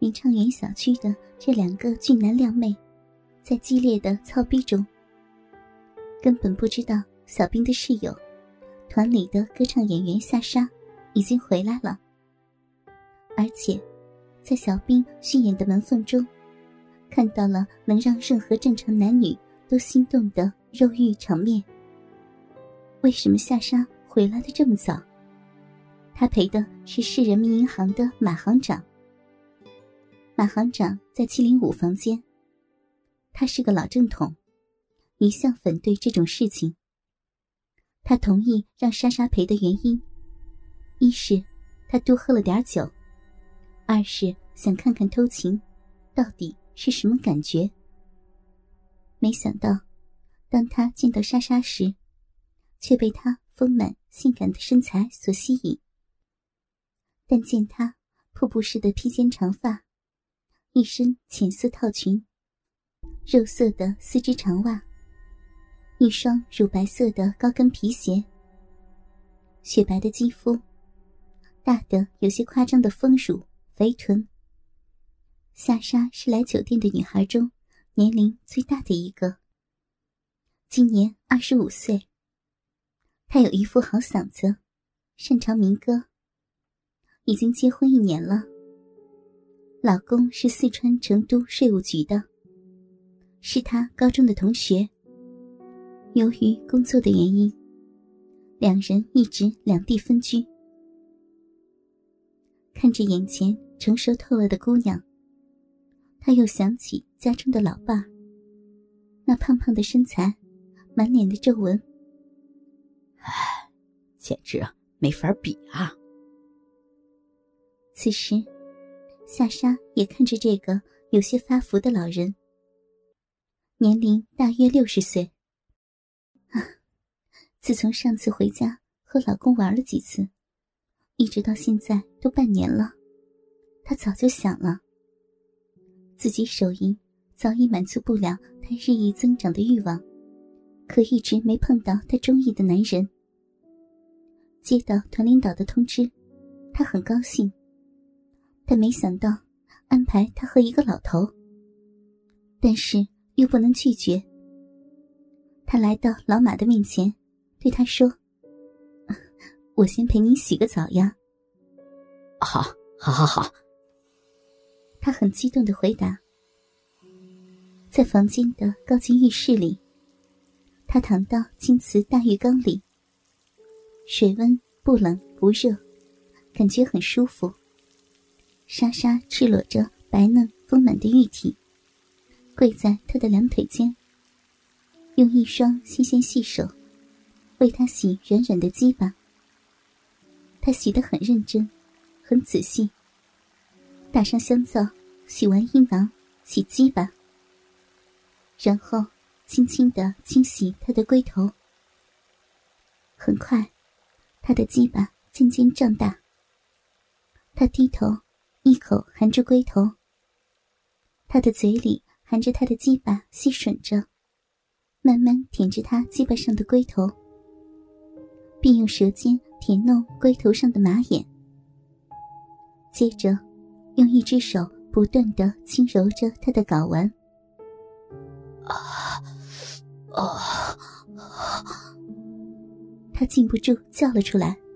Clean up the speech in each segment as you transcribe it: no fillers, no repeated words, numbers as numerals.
明畅园小区的这2个俊男靓妹在激烈的操逼中，根本不知道小兵的室友团里的歌唱演员夏莎已经回来了，而且在小兵虚掩的门缝中看到了能让任何正常男女都心动的肉欲场面。为什么夏莎回来的这么早？她陪的是市人民银行的马行长。马行长在705房间，他是个老正统，一向反对这种事情。他同意让莎莎陪的原因，一是他多喝了点酒，二是想看看偷情到底是什么感觉。没想到当他见到莎莎时，却被她丰满性感的身材所吸引。但见她瀑布式的披肩长发，一身浅色套裙，肉色的丝织长袜，一双乳白色的高跟皮鞋，雪白的肌肤，大的有些夸张的丰乳肥臀。夏莎是来酒店的女孩中年龄最大的一个，今年25岁。她有一副好嗓子，擅长民歌，已经结婚1年了。老公是四川成都税务局的，是她高中的同学。由于工作的原因，2人一直两地分居。看着眼前成熟透了的姑娘，他又想起家中的老伴儿，那胖胖的身材，满脸的皱纹， 唉，简直没法比啊。 此时夏莎也看着这个有些发福的老人，年龄大约60岁。自从上次回家和老公玩了几次，一直到现在都半年了，她早就想了，自己手淫早已满足不了她日益增长的欲望，可一直没碰到她中意的男人。接到团领导的通知，她很高兴，但没想到安排她和一个老头，但是又不能拒绝。她来到老马的面前，对他说：“我先陪您洗个澡呀。” 好，好，好，好。 他很激动地回答。在房间的高级浴室里，他躺到金瓷大浴缸里，水温不冷不热，感觉很舒服。莎莎赤裸着白嫩丰满的玉体，跪在他的2腿间，用一双纤纤细手为他洗软软的鸡巴。他洗得很认真，很仔细，打上香皂，洗完阴囊，洗鸡巴，然后轻轻地清洗他的龟头。很快，他的鸡巴渐渐胀大。他低头，一口含住龟头，他的嘴里含着他的鸡巴吸吮着，慢慢舔着他鸡巴上的龟头，并用舌尖舔弄龟头上的马眼，接着用一只手不断地轻揉着他的睾丸。他禁不住叫了出来。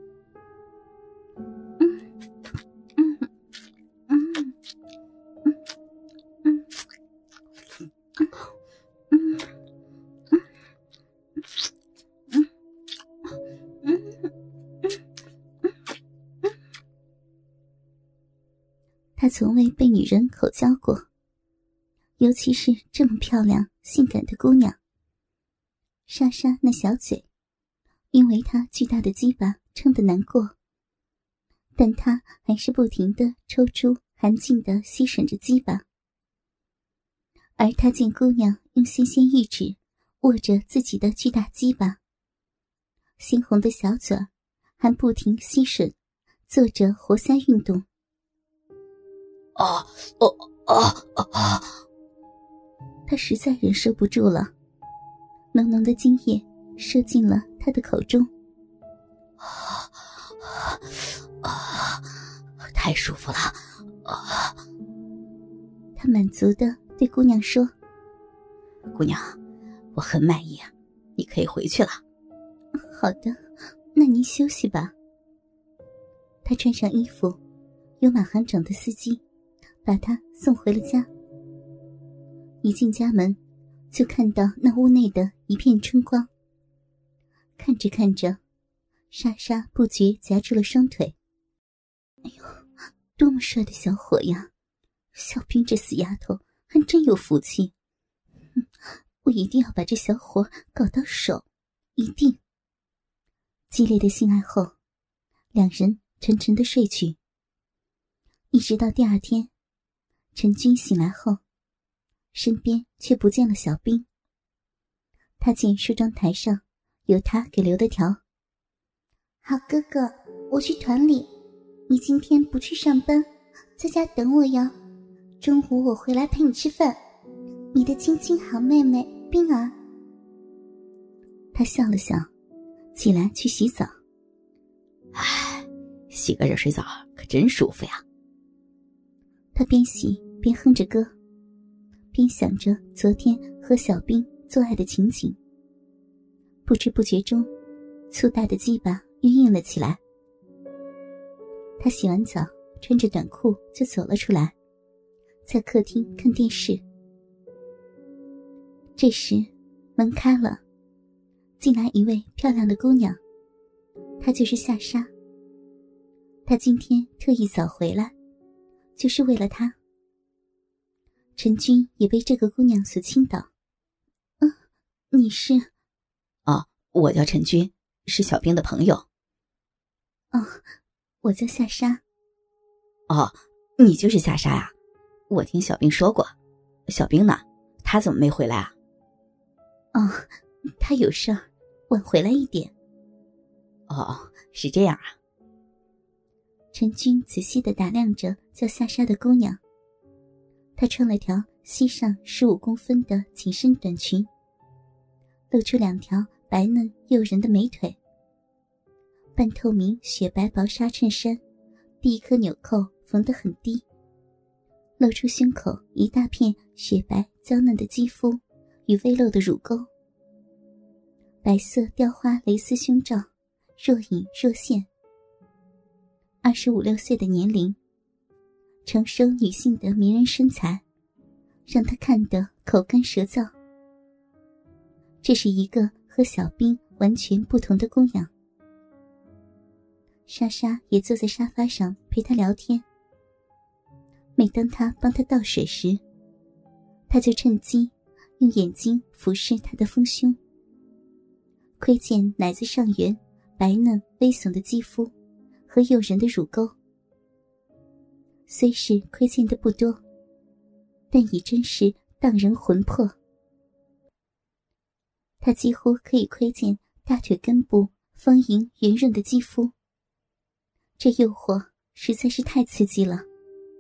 他从未被女人口交过，尤其是这么漂亮性感的姑娘。莎莎那小嘴因为她巨大的鸡巴撑得难过，但她还是不停地抽出含劲地吸吮着鸡巴。而他见姑娘用纤纤玉指握着自己的巨大鸡巴，鲜红的小嘴还不停吸吮，做着活塞运动。他实在忍受不住了，浓浓的精液射进了他的口中。 太舒服了。 他满足地对姑娘说： 姑娘，我很满意啊，你可以回去了。 好的，那您休息吧。他穿上衣服，有马行长的司机把他送回了家。一进家门，就看到那屋内的一片春光。看着看着，莎莎不觉夹住了双腿。哎呦，多么帅的小伙呀！小兵这死丫头还真有福气。我一定要把这小伙搞到手，一定。激烈的性爱后，两人沉沉地睡去。一直到第二天，陈军醒来后，身边却不见了小兵。他见梳妆台上有他给留的条：好哥哥，我去团里，你今天不去上班，在家等我哟。中午我回来陪你吃饭，你的亲亲好妹妹冰儿。他笑了笑，起来去洗澡。 唉，洗个热水澡可真舒服呀。 他边洗边哼着歌，边想着昨天和小兵做爱的情景。不知不觉中，粗大的鸡巴又硬了起来。他洗完澡，穿着短裤就走了出来，在客厅看电视。这时门开了，进来一位漂亮的姑娘，她就是夏莎。她今天特意早回来，就是为了她。陈军也被这个姑娘所倾倒。你是？ 哦，我叫陈军，是小兵的朋友。 哦，我叫夏莎。 哦，你就是夏莎呀？我听小兵说过。小兵呢？他怎么没回来啊？ 哦，他有事儿，晚回来一点。 哦，是这样啊。 陈军仔细地打量着叫夏莎的姑娘。她穿了条膝上15公分的紧身短裙，露出2条白嫩诱人的美腿。半透明雪白薄纱衬衫，第一颗纽扣缝得很低，露出胸口一大片雪白娇嫩的肌肤与微露的乳沟。白色雕花蕾丝胸罩若隐若现。25、26岁的年龄，成熟女性的迷人身材，让她看得口干舌燥。这是一个和小兵完全不同的姑娘。莎莎也坐在沙发上陪她聊天。每当她帮她倒水时，她就趁机用眼睛俯视她的丰胸，窥见奶子上缘白嫩微耸的肌肤和诱人的乳沟。虽是窥见的不多，但已真是荡人魂魄。她几乎可以窥见大腿根部丰盈圆润的肌肤，这诱惑实在是太刺激了。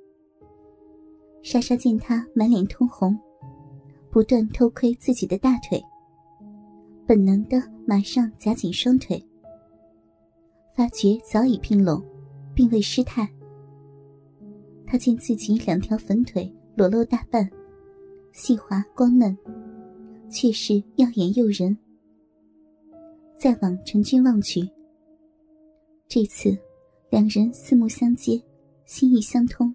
莎莎见她满脸通红，不断偷窥自己的大腿，本能的马上夹紧双腿，发觉早已并拢，并未失态。她见自己2条粉腿裸露大半，细滑光嫩，却是耀眼诱人。再往陈军望去，这次两人四目相接，心意相通。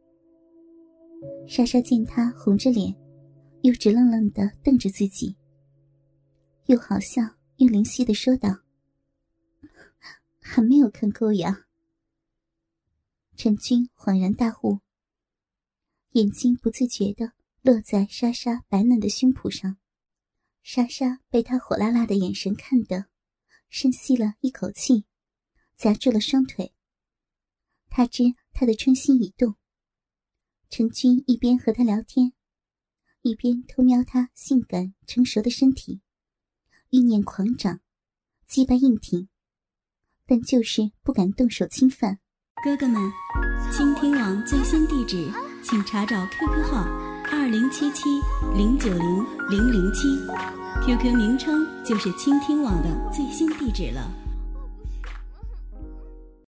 莎莎见他红着脸，又直愣愣地瞪着自己，又好笑又灵犀地说道：还没有看够呀。陈军恍然大悟，眼睛不自觉地落在莎莎白嫩的胸脯上。莎莎被他火辣辣的眼神看得深吸了一口气，夹住了双腿。他知他的春心已动。陈军一边和他聊天，一边偷瞄他性感成熟的身体，意念狂长，鸡巴硬挺，但就是不敢动手侵犯。 哥哥们，倾听网最新地址请查找 QQ 号2077090007，QQ 名称就是倾听网的最新地址了。